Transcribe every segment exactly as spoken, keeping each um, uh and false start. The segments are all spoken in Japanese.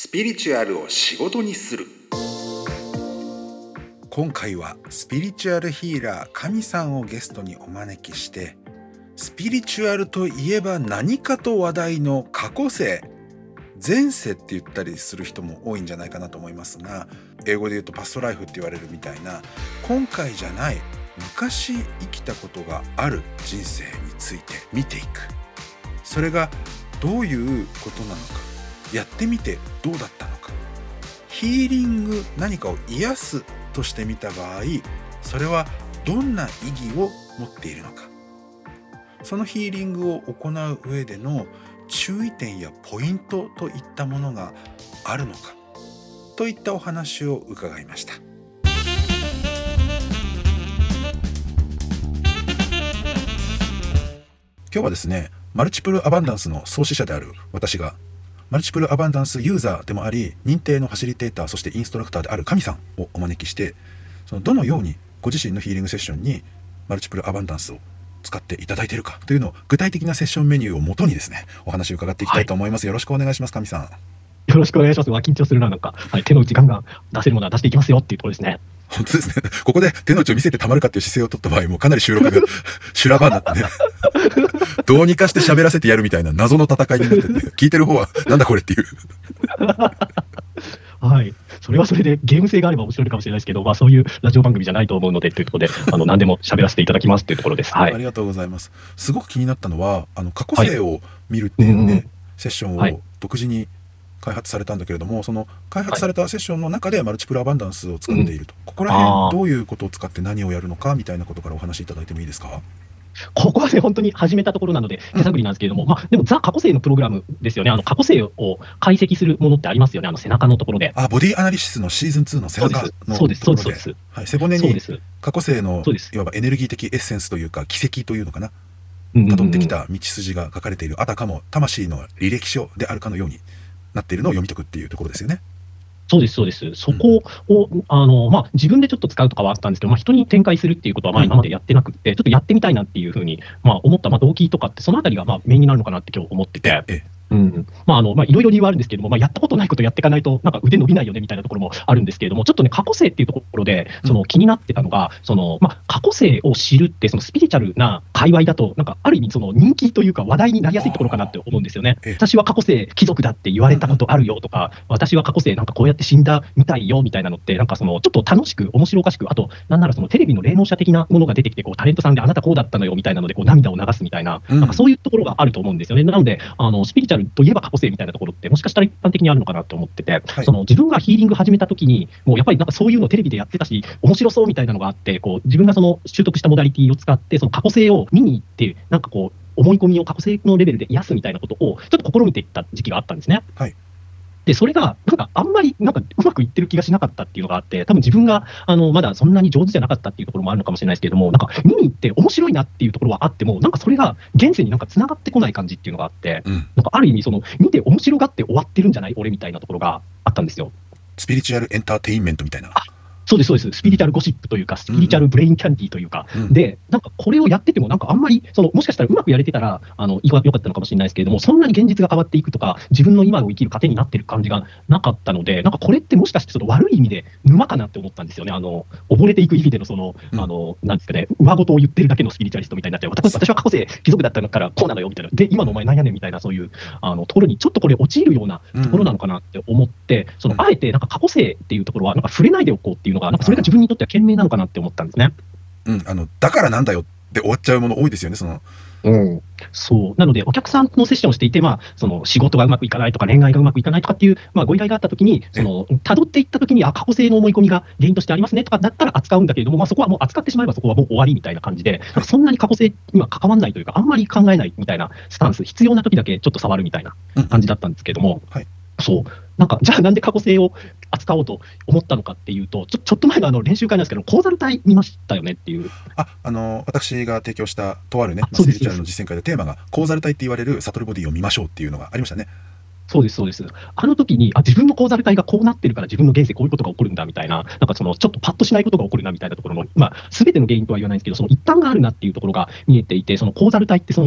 スピリチュアルを仕事にする。 今回はスピリチュアルヒーラー神さんをゲストにお招きして、スピリチュアルといえば何かと話題の過去世、前世って言ったりする人も多いんじゃないかなと思いますが、英語で言うとパストライフって言われるみたいな、今回じゃない昔生きたことがある人生について見ていく。それがどういうことなのか、やってみてどうだったのか、ヒーリング、何かを癒すとしてみた場合、それはどんな意義を持っているのか、そのヒーリングを行う上での注意点やポイントといったものがあるのかといったお話を伺いました。今日はですね、マルチプルアバンダンスの創始者である私が、マルチプルアバンダンスユーザーでもあり、認定のファシリテーター、そしてインストラクターである神さんをお招きして、そのどのようにご自身のヒーリングセッションにマルチプルアバンダンスを使っていただいているかというのを、具体的なセッションメニューをもとにですね、お話を伺っていきたいと思います。はい、よろしくお願いします。神さん、 よろしくお願いします。わ、緊張するな、なんか、はい、手の内ガンガン出せるものは出していきますよっていうところですね。 本当ですね。ここで手の内を見せてたまるかっていう姿勢を取った場合も、かなり収録が修羅場になってねどうにかして喋らせてやるみたいな謎の戦いになってて、聞いてる方はなんだこれっていうはい、それはそれでゲーム性があれば面白いかもしれないですけど、まあ、そういうラジオ番組じゃないと思うのでというところで、あの何でも喋らせていただきますというところです。はい、 ありがとうございます。すごく気になったのは、あの過去世を見るっていうね、はい、セッションを独自に開発されたんだけれども、その開発されたセッションの中でマルチプルアバンダンスを使っていると、うん、ここら辺どういうことを使って何をやるのかみたいなことからお話しいただいてもいいですか？ ここはね、本当に始めたところなので手探りなんですけれども、うん、まあ、でもザ過去世のプログラムですよね。あの過去世を解析するものってありますよね、あの背中のところで。 あ、ボディアナリシスのシーズンツーの背中のところで、 そうです、そうです、そうです。 はい、背骨に過去世のいわばエネルギー的エッセンスというか、軌跡というのかな、辿ってきた道筋が書かれている、あたかも魂の履歴書であるかのようになっているのを読み解くっていうところですよね。 そうです、そうです。そこを、うん、あのまあ、自分でちょっと使うとかはあったんですけど、まあ、人に展開するっていうことはまあ今までやってなくて、うん、ちょっとやってみたいなっていうふうに、まあ、思った、まあ、動機とかって、そのあたりがまあメインになるのかなって今日思ってて。ええ、うん、まああのまあいろいろ理由はあるんですけども、まあ、やったことないことやっていかないとなんか腕伸びないよねみたいなところもあるんですけれども、ちょっとね、過去世っていうところでその気になってたのが、そのまあ、過去世を知るって、そのスピリチュアルな界隈だとなんかある意味その人気というか話題になりやすいところかなって思うんですよね。私は過去世貴族だって言われたことあるよとか、私は過去世なんかこうやって死んだみたいよみたいなのって、なんかそのちょっと楽しく面白おかしく、あとなんならそのテレビの霊能者的なものが出てきて、こうタレントさんであなたこうだったのよみたいなのでこう涙を流すみたいな、なんかそういうところがあると思うんですよね。なのであのスピリチュアルといえば過去世みたいなところってもしかしたら一般的にあるのかなと思ってて、はい、その自分がヒーリング始めた時にもうやっぱりなんかそういうのテレビでやってたし面白そうみたいなのがあって、こう自分がその習得したモダリティを使ってその過去世を見に行って、なんかこう思い込みを過去世のレベルで癒すみたいなことをちょっと試みていった時期があったんですね。はい、でそれがなんかあんまりなんかうまくいってる気がしなかったっていうのがあって、多分自分があのまだそんなに上手じゃなかったっていうところもあるのかもしれないですけれども、なんか見に行って面白いなっていうところはあっても、なんかそれが現世になんかつながってこない感じっていうのがあって、うん、なんかある意味その見て面白がって終わってるんじゃない俺みたいなところがあったんですよ。 スピリチュアルエンターテインメントみたいな。 そうです、そうです。スピリチュアルゴシップというか、スピリチュアルブレインキャンディーというか、うんうん、で、なんかこれをやってても、なんかあんまり、そのもしかしたらうまくやれてたら、あの、良かったのかもしれないですけれども、そんなに現実が変わっていくとか、自分の今を生きる糧になってる感じがなかったので、なんかこれってもしかして、その悪い意味で沼かなって思ったんですよね。あの、溺れていく意味での、その、うん、あの、なんですかね、上事を言ってるだけのスピリチュアリストみたいになって、私, 私は過去世貴族だったからこうなのよみたいな、で、今のお前なんやねんみたいな、そういう、あの、ところに、ちょっとこれ陥るようなところなのかなって思って、うん、その、あえて、なんか過去世っていうところは、なんか触れないでおこうっていうのが、なんかそれが自分にとっては賢明なのかなって思ったんですね。 うん、あのだからなんだよって終わっちゃうもの多いですよね。そのうん、そうなのでお客さんのセッションをしていて、まあ、その仕事がうまくいかないとか恋愛がうまくいかないとかっていう、まあ、ご依頼があったときに、その辿っていったときに、あ、過去性の思い込みが原因としてありますねとかだったら扱うんだけれども、まあ、そこはもう扱ってしまえばそこはもう終わりみたいな感じで、そんなに過去性には関わらないというか、あんまり考えないみたいなスタンス、必要なときだけちょっと触るみたいな感じだったんですけれども、うん、はい、そうなんかじゃあなんで過去性を扱おうと思ったのかっていうと、ちょ、ちょっと前のあの練習会なんですけど、コーザル体見ましたよねっていう。 あ、あの私が提供したとあるね、まあ、スピリチュアルの実践会でテーマがコーザル体って言われるサトルボディを見ましょうっていうのがありましたね。 そうです、そうです。あの時に、あ、自分のコーザル体がこうなってるから自分の現世こういうことが起こるんだみたいな、なんかそのちょっとパッとしないことが起こるなみたいなところの、まあ、全ての原因とは言わないんですけど、その一端があるなっていうところが見えていて、そのコーザル体ってその、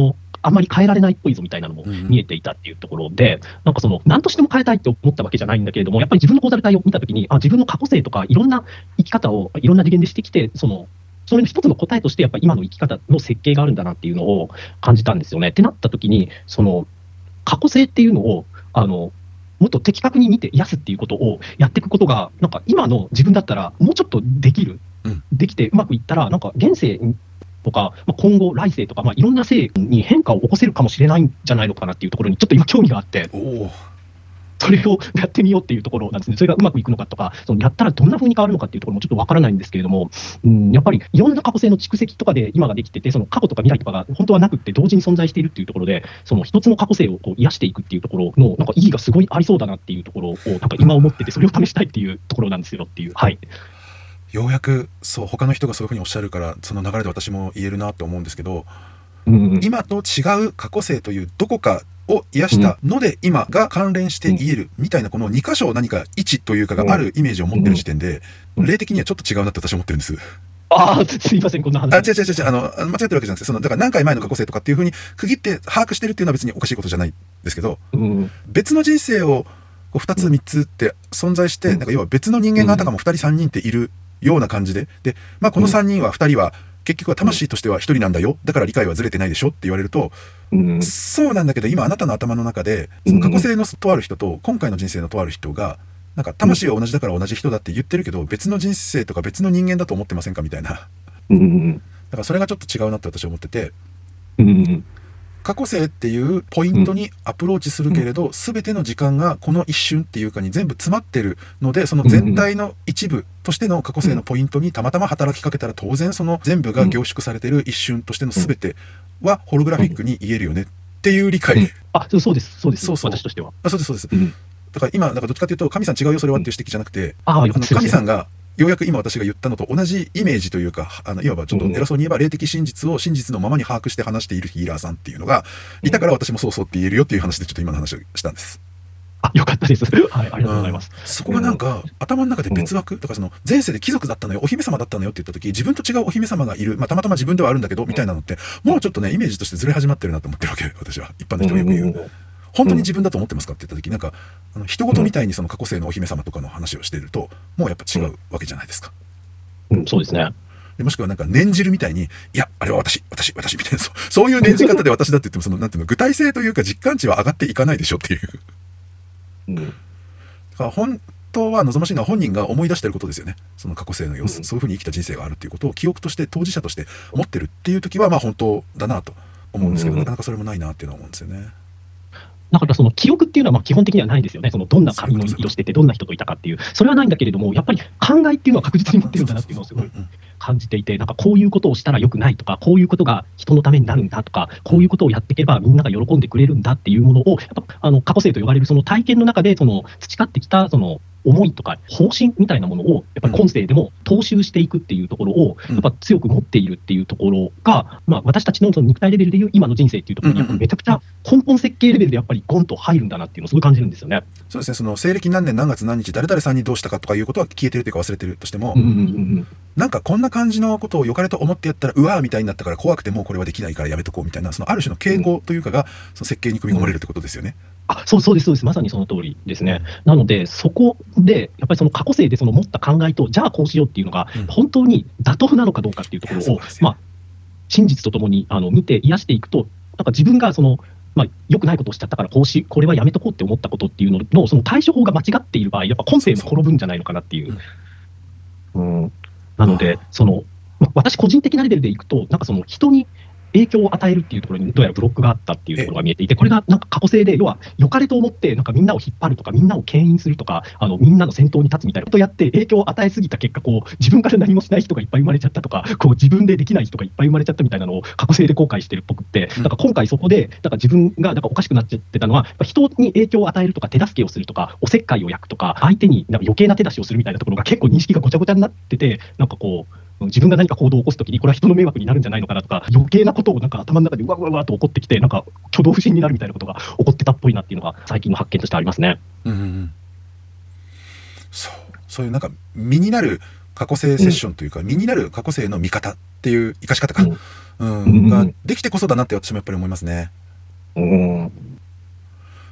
あんまり変えられないっぽいぞみたいなのも見えていたっていうところで、なんかその、何としても変えたいって思ったわけじゃないんだけれども、やっぱり自分のコーザル体を見たときに、あ、自分の過去性とかいろんな生き方をいろんな次元でしてきて、その、それの一つの答えとして、やっぱり今の生き方の設計があるんだなっていうのを感じたんですよね。ってなったときに、その、過去性っていうのを、あの、もっと的確に見て癒すっていうことをやっていくことが、なんか今の自分だったらもうちょっとできる、 うん、 できてうまくいったら、なんか現世とか、まあ、今後、来世とか、まあ、いろんな世に変化を起こせるかもしれないんじゃないのかなっていうところに、ちょっと今、興味があって、 おそれをやってみようっていうところなんですね。それがうまくいくのかとか、そのやったらどんな風に変わるのかっていうところもちょっとわからないんですけれども、うん、やっぱりいろんな過去性の蓄積とかで今ができてて、その過去とか未来とかが本当はなくって同時に存在しているっていうところで、その一つの過去性をこう癒していくっていうところのなんか意義がすごいありそうだなっていうところをなんか今思ってて、それを試したいっていうところなんですよっていう。はい。 ようやくそう他の人がそういうふうにおっしゃるから、その流れで私も言えるなと思うんですけど、 うん、 今と違う過去性というどこかを癒したので今が関連して言えるみたいな、このに箇所何か位置というかがあるイメージを持ってる時点で、霊的にはちょっと違うなって私は思ってるんです。 ああ、すいません、こんな話。 あ、違う違う違う、あの、間違ってるわけじゃなくて、その、だから何回前の過去性とかっていうふうに区切って把握してるっていうのは別におかしいことじゃないですけど、 うん、 別の人生をこうふたつみっつって存在して、なんか要は別の人間があたかもふたりさんにんっているような感じで、で、まあこのさんにんはふたりは結局は魂としてはひとりなんだよ、だから理解はずれてないでしょって言われると、うん、そうなんだけど今あなたの頭の中でその過去性のとある人と今回の人生のとある人がなんか魂は同じだから同じ人だって言ってるけど、別の人生とか別の人間だと思ってませんかみたいな、うん、だからそれがちょっと違うなって私は思ってて、うん、過去性っていうポイントにアプローチするけれど、全ての時間がこの一瞬っていうかに全部詰まってるので、その全体の一部としての過去性のポイントにたまたま働きかけたら、当然その全部が凝縮されてる一瞬としての全てはホログラフィックに言えるよねっていう理解、うん、 あ、そうです、そうです、そうそう、私としては。 あ、そうです、そうです、うん、だから今なんかどっちかというと神さん違うよそれはっていう指摘じゃなくて、うん、 ああの神さんがようやく今私が言ったのと同じイメージというか、あのいわばちょっと偉そうに言えば霊的真実を真実のままに把握して話しているヒーラーさんっていうのがいたから、私もそうそうって言えるよっていう話でちょっと今の話をしたんです。 あ、よかったです。はい、ありがとうございます。 うん、そこがなんか頭の中で別枠、だからその前世で貴族だったのよ、お姫様だったのよって言った時、自分と違うお姫様がいる、まあたまたま自分ではあるんだけどみたいなのってもうちょっとねイメージとしてずれ始まってるなと思ってるわけ。私は一般の人がよく言う。本当に自分だと思ってますかって言った時、なんかあの人事みたいにその過去世のお姫様とかの話をしているともうやっぱ違うわけじゃないですか。 うん、そうですね。 でもしくはなんか念じるみたいに、いやあれは私私私みたいな、そそういう念じ方で私だって言ってもそのなんていうの具体性というか実感値は上がっていかないでしょっていう。うん、だから本当は望ましいのは本人が思い出してることですよね。その過去性の様子、うん、そういうふうに生きた人生があるっていうことを記憶として当事者として思ってるっていう時はまあ本当だなと思うんですけど、うん、なかなかそれもないなっていうのは思うんですよね。 だからその記憶っていうのはまあ基本的にはないんですよね。そのどんな髪の色しててどんな人といたかっていう、それはないんだけれども、やっぱり考えっていうのは確実に持ってるんだなっていうのをすごい感じていて、なんかこういうことをしたら良くないとか、こういうことが人のためになるんだとか、こういうことをやっていけばみんなが喜んでくれるんだっていうものを、やっぱあの過去性と呼ばれるその体験の中でその培ってきたその思いとか方針みたいなものをやっぱり今世でも踏襲していくっていうところをやっぱ強く持っているっていうところが、まあ、私たちのその肉体レベルでいう今の人生っていうところにやっぱめちゃくちゃ根本設計レベルでやっぱりゴンと入るんだなっていうのをすごい感じるんですよね。 そうですね。その西暦何年何月何日誰々さんにどうしたかとかいうことは消えてるというか忘れてるとしても、うんうんうん、なんかこんな感じのことを良かれと思ってやったらうわーみたいになったから怖くてもうこれはできないからやめとこうみたいな、そのある種の傾向というかがその設計に組み込まれるってことですよね。 うん、あ、そうそうですそうです、まさにその通りですね。なのでそこでやっぱりその過去性でその持った考えとじゃあこうしようっていうのが本当に妥当なのかどうかっていうところを、うん、まあ真実とともにあの見て癒していくと、なんか自分がそのまあ良くないことをしちゃったからこうしこれはやめとこうって思ったことっていうののその対処法が間違っている場合、やっぱ今世も転ぶんじゃないのかなっていう。うん、なのでその、まあ、私個人的なレベルでいくとなんかその人に影響を与えるっていうところにどうやらブロックがあったっていうところが見えていて、これがなんか過去性で、要は良かれと思ってなんかみんなを引っ張るとかみんなを牽引するとか、あのみんなの先頭に立つみたいなことをやって影響を与えすぎた結果、こう自分から何もしない人がいっぱい生まれちゃったとか、こう自分でできない人がいっぱい生まれちゃったみたいなのを過去性で後悔してるっぽくって、なんか今回そこでなんか自分がなんかおかしくなっちゃってたのは、やっぱ人に影響を与えるとか手助けをするとかおせっかいを焼くとか相手になんか余計な手出しをするみたいなところが結構認識がごちゃごちゃになってて、なんかこう自分が何か行動を起こすときにこれは人の迷惑になるんじゃないのかなとか、余計なことをなんか頭の中でうわうわうわと起こってきて、なんか挙動不審になるみたいなことが起こってたっぽいなっていうのが最近の発見としてありますね。 うんうんうん、そうそういうなんか身になる過去性セッションというか、うん、身になる過去性の見方っていう生かし方か、うんうん、ができてこそだなって私もやっぱり思いますね。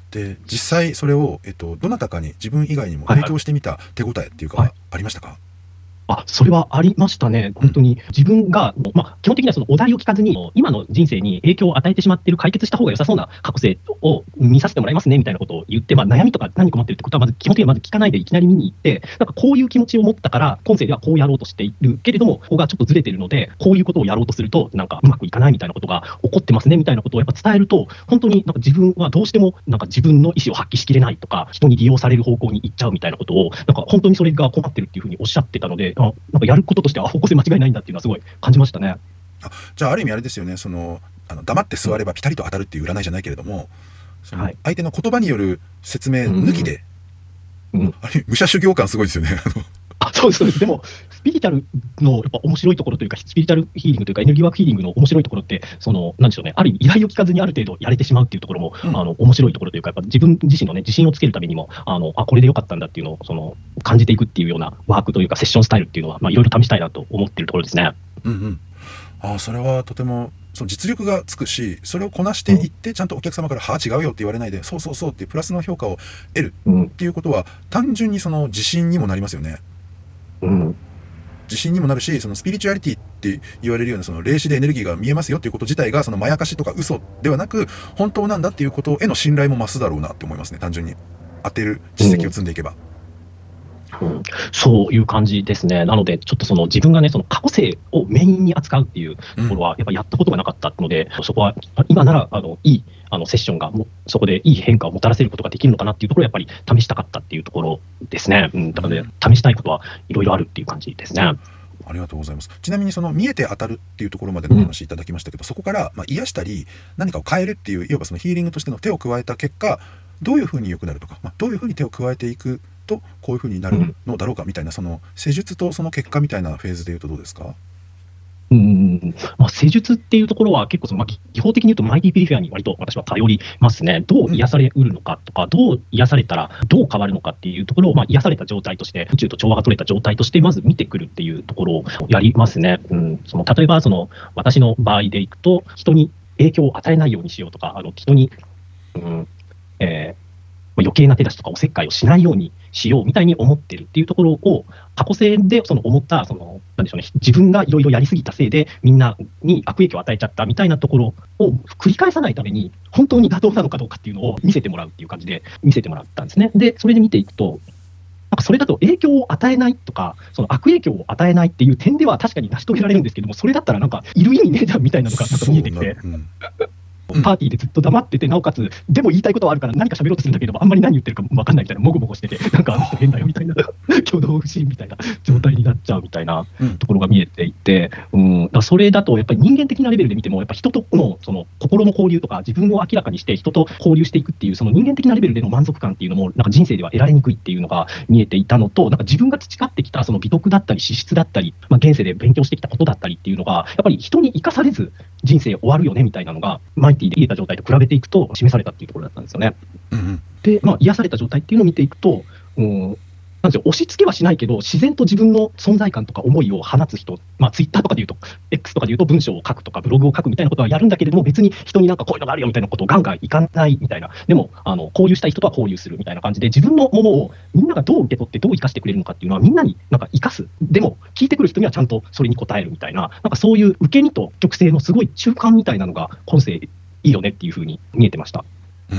で実際それを、えっと、どなたかに自分以外にも提供してみた手応えっていうか、 はいはいありましたか？ あ、それはありましたね。本当に自分が、まあ、基本的にはそのお題を聞かずに、今の人生に影響を与えてしまっている、解決した方が良さそうな過去性を見させてもらいますねみたいなことを言って、まあ、悩みとか何困ってるってことは、まず基本的にはまず聞かないでいきなり見に行って、なんかこういう気持ちを持ったから、今世ではこうやろうとしているけれども、ここがちょっとずれてるので、こういうことをやろうとすると、なんかうまくいかないみたいなことが起こってますねみたいなことをやっぱ伝えると、本当になんか自分はどうしてもなんか自分の意思を発揮しきれないとか、人に利用される方向に行っちゃうみたいなことを、なんか本当にそれが困ってるっていうふうにおっしゃってたので、あ、なんかやることとしては方向性間違いないんだっていうのはすごい感じましたね。 あ、じゃあある意味あれですよね、そのあの黙って座ればピタリと当たるっていう占いじゃないけれども、そのはい相手の言葉による説明抜きで、 うんうんあれ武者修行感すごいですよね。あのあ、そうです、そうです。でも、スピリチュアルのやっぱ面白いところというか、スピリチュアルヒーリングというか、エネルギーワークヒーリングの面白いところって、その、なんでしょうね、ある意味、依頼を聞かずにある程度やれてしまうっていうところも、 うんあの面白いところというか、やっぱ自分自身のね、自信をつけるためにも、あのあこれでよかったんだっていうのをその感じていくっていうようなワークというか、セッションスタイルっていうのは、まあ、いろいろ試したいなと思っているところですね。 うんうん、あ、それはとてもその実力がつくし、それをこなしていって、ちゃんとお客様から「はあ違うよ」って言われないで、そうそうそうっていうプラスの評価を得るうんっていうことは、単純にその自信にもなりますよね。 うん自信にもなるし、そのスピリチュアリティって言われるようなその霊視でエネルギーが見えますよっていうこと自体が、そのまやかしとか嘘ではなく本当なんだっていうことへの信頼も増すだろうなって思いますね。単純に当てる実績を積んでいけば。 うん、そういう感じですね。なので、ちょっとその自分がね、その過去性をメインに扱うっていうところは、やっぱやったことがなかったので、うん、そこは今ならあのいいあのセッションがも、そこでいい変化をもたらせることができるのかなっていうところをやっぱり試したかったっていうところですね。うん、だからね、試したいことはいろいろあるっていう感じですね。 ありがとうございます。ちなみにその見えて当たるっていうところまでのお話いただきましたけど、うん、そこからまあ癒したり何かを変えるっていう、いわばそのヒーリングとしての手を加えた結果、どういうふうに良くなるとか、まあ、どういうふうに手を加えていくとこういうふうになるのだろうかみたいな、その施術とその結果みたいなフェーズでいうとどうですか？ うんまあ、施術っていうところは結構その、まあ、技法的に言うとマイティピリフェアに割と私は頼りますね。どう癒されうるのかとか、どう癒されたらどう変わるのかっていうところを、まあ、癒された状態として、宇宙と調和が取れた状態としてまず見てくるっていうところをやりますね。うん、その例えばその私の場合でいくと、人に影響を与えないようにしようとか、あの人に、うんえー余計な手出しとかおせっかいをしないようにしようみたいに思ってるっていうところを、過去性でその思ったそのなんでしょうね、自分がいろいろやりすぎたせいでみんなに悪影響を与えちゃったみたいなところを繰り返さないために、本当に妥当なのかどうかっていうのを見せてもらうっていう感じで見せてもらったんですね。でそれで見ていくと、なんかそれだと影響を与えないとか、その悪影響を与えないっていう点では確かに成し遂げられるんですけども、それだったらなんかいる意味ねえじゃんみたいなのがなんか見えてきて。パーティーでずっと黙ってて、なおかつ、でも言いたいことはあるから何か喋ろうとするんだけど、あんまり何言ってるか分かんないみたいな、もごもごしてて、なんかあの人変だよみたいな、挙動不審みたいな状態になっちゃうみたいなところが見えていて、うん、だからそれだとやっぱり人間的なレベルで見ても、やっぱ人とのその心の交流とか、自分を明らかにして人と交流していくっていう、その人間的なレベルでの満足感っていうのも、なんか人生では得られにくいっていうのが見えていたのと、なんか自分が培ってきたその美徳だったり、資質だったり、まあ、現世で勉強してきたことだったりっていうのが、やっぱり人に生かされず、人生終わるよねみたいなのが、マイティで言えた状態と比べていくと示されたっていうところだったんですよね。 うんうん、 で、まあ、癒された状態っていうのを見ていくと、うん、なんですよ、押し付けはしないけど、自然と自分の存在感とか思いを放つ人、まあ、ツイッターとかでいうと、X とかでいうと文章を書くとか、ブログを書くみたいなことはやるんだけれども、別に人になんかこういうのがあるよみたいなことをガンガンいかないみたいな、でも、あの交流したい人とは交流するみたいな感じで、自分のものをみんながどう受け取って、どう生かしてくれるのかっていうのは、みんなになんか生かす、でも、聞いてくる人にはちゃんとそれに応えるみたいな、なんかそういう受け身と極性のすごい中間みたいなのが、今世、いいよねっていうふうに見えてました。 うん、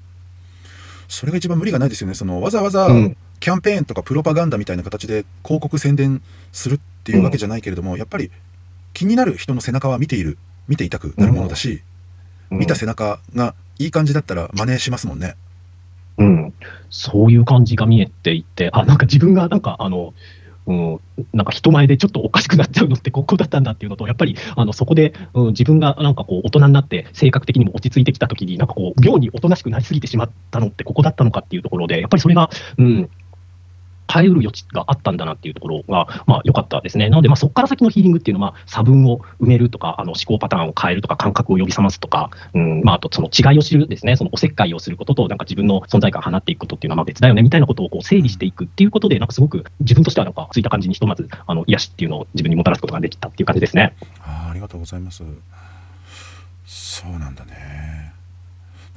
それが一番無理がないですよね。そのわざわざキャンペーンとかプロパガンダみたいな形で広告宣伝するっていうわけじゃないけれども、うん、やっぱり気になる人の背中は見ている、見ていたくなるものだし、うん、見た背中がいい感じだったら真似しますもんね。 うん、そういう感じが見えていて、あ、なんか自分がなんかあのうん、なんか人前でちょっとおかしくなっちゃうのってここだったんだっていうのと、やっぱりあのそこで、うん、自分がなんかこう大人になって性格的にも落ち着いてきたときに、なんかこう妙におとなしくなりすぎてしまったのってここだったのかっていうところで、やっぱりそれが、うん、変えうる余地があったんだなっていうところが、まあ、良かったですね。なので、まあ、そこから先のヒーリングっていうのは、まあ、差分を埋めるとか、あの思考パターンを変えるとか、感覚を呼び覚ますとか、うんまあ、あとその違いを知るですね、そのおせっかいをすることと、なんか自分の存在感を放っていくことっていうのはまあ別だよねみたいなことをこう整理していくっていうことで、なんかすごく自分としてはなんかついた感じに、ひとまずあの癒しっていうのを自分にもたらすことができたっていう感じですね。 あ、ありがとうございます。そうなんだね。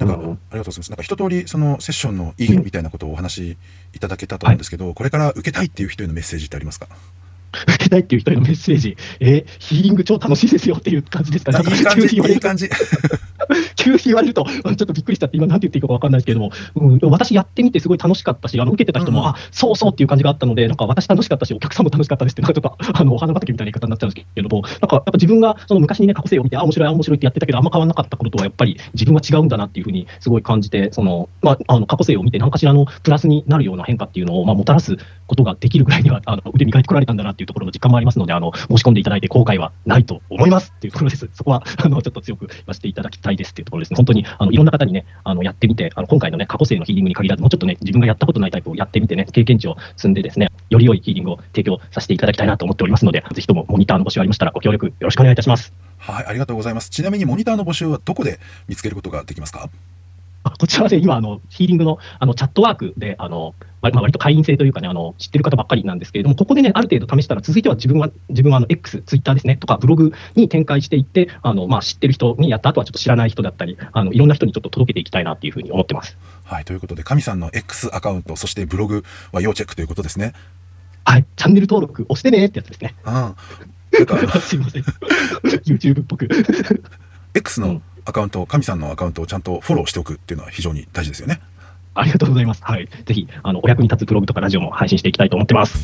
なんか、 うん、 ありがとうございます。なんか一通りそのセッションの意義みたいなことをお話しいただけたと思うんですけど、はい、これから受けたいっていう人へのメッセージってありますか？ 受けたいっていう人へのメッセージ、えー、ヒーリング超楽しいですよっていう感じですかね。 いい感じ、いい感じ。 急に言われると、ちょっとびっくりしちゃって、今、なんて言っていいか分かんないですけれども、うん、私、やってみてすごい楽しかったし、あの受けてた人も、うん、あそうそうっていう感じがあったので、なんか私、楽しかったし、お客さんも楽しかったですって、なんかちょっとあのお花畑みたいな言い方になっちゃうんですけれども、なんかやっぱ自分がその昔にね、過去性を見て、あ面白い、あ面白いってやってたけど、あんま変わらなかったこととは、やっぱり自分は違うんだなっていうふうにすごい感じて、そのまあ、あの過去性を見て、何かしらのプラスになるような変化っていうのを、まあ、もたらすことができるぐらいには、あの腕磨いてこられたんだなっていうところの実感もありますので、あの申し込んでいただいて後悔はないと思いますっていうところです。そこはあのちょっと強く言わせていただきたいですっていうところですね。本当にあのいろんな方にね、あのやってみて、あの今回のね、過去性のヒーリングに限らず、もうちょっとね、自分がやったことないタイプをやってみてね、経験値を積んでですね、より良いヒーリングを提供させていただきたいなと思っておりますので、ぜひともモニターの募集ありましたらご協力よろしくお願いいたします。 はい、ありがとうございます。ちなみにモニターの募集はどこで見つけることができますか？ あこちらはね、今あの、ヒーリングのあのチャットワークで、あのまあ、割と会員制というかね、あの知ってる方ばっかりなんですけれども、ここでね、ある程度試したら、続いては自分は、自分はあの X、ツイッターですね、とかブログに展開していって、あのまあ、知ってる人にやった後はちょっと知らない人だったり、あのいろんな人にちょっと届けていきたいなっていうふうに思ってます。 はい、ということで、神さんの X アカウント、そしてブログは要チェックということですね。 はい、チャンネル登録押してねってやつですね。 うん、なんかすいません、YouTube っぽく。 X のアカウント、神さんのアカウントをちゃんとフォローしておくっていうのは非常に大事ですよね。 ありがとうございます。はい、ぜひあのお役に立つブログとかラジオも配信していきたいと思ってます。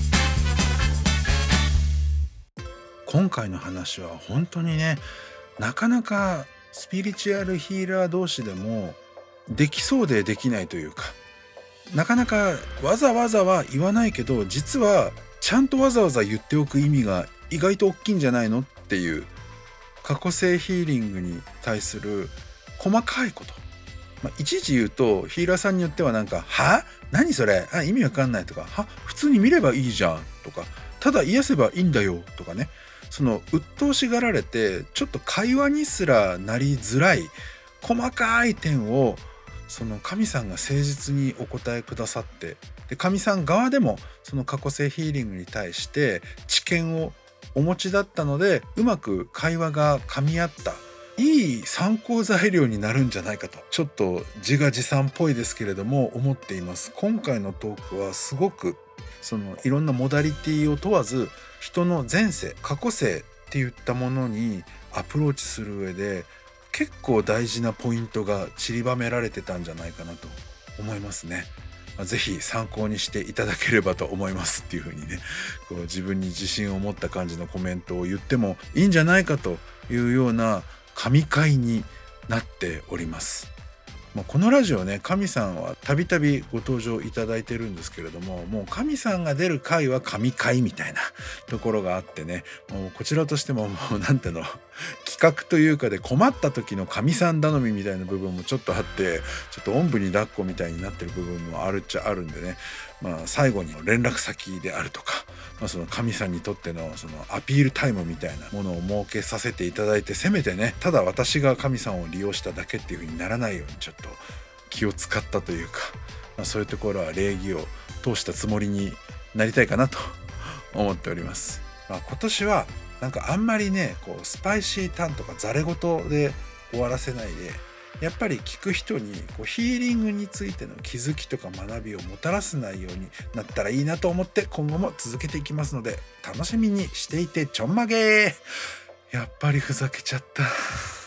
今回の話は本当にね、なかなかスピリチュアルヒーラー同士でもできそうでできないというか、なかなかわざわざは言わないけど、実はちゃんとわざわざ言っておく意味が意外と大きいんじゃないのっていう、過去性ヒーリングに対する細かいこと、まあ、いちいち言うとヒーラーさんによってはなんか「は？何それ？あ、意味わかんない」とか「は？普通に見ればいいじゃん」とか「ただ癒せばいいんだよ」とかね、その鬱陶しがられてちょっと会話にすらなりづらい細かい点を、その神さんが誠実にお答えくださって、で神さん側でもその過去性ヒーリングに対して知見をお持ちだったので、うまく会話が噛み合った、いい参考材料になるんじゃないかと、ちょっと自画自賛っぽいですけれども思っています。今回のトークはすごくそのいろんなモダリティを問わず、人の前世過去世っていったものにアプローチする上で結構大事なポイントが散りばめられてたんじゃないかなと思いますね。ぜひ参考にしていただければと思いますっていう風にね、こう自分に自信を持った感じのコメントを言ってもいいんじゃないかというような神回になっております。まあ、このラジオね、神さんはたびたびご登場いただいてるんですけれども、もう神さんが出る回は神回みたいなところがあってね、もうこちらとしてももうなんていうの、企画というかで困った時の神さん頼みみたいな部分もちょっとあって、ちょっとおんぶに抱っこみたいになってる部分もあるっちゃあるんでね、まあ最後に連絡先であるとか、まあ、その神さんにとってのそのアピールタイムみたいなものを設けさせていただいて、せめてね、ただ私が神さんを利用しただけっていう風にならないようにちょっと気を使ったというか、まあ、そういうところは礼儀を通したつもりになりたいかなと思っております。まあ、今年はなんかあんまりね、こうスパイシーターンとかざれ言で終わらせないで、やっぱり聞く人にこうヒーリングについての気づきとか学びをもたらす内容になったらいいなと思って今後も続けていきますので、楽しみにしていてちょんまげー。やっぱりふざけちゃった。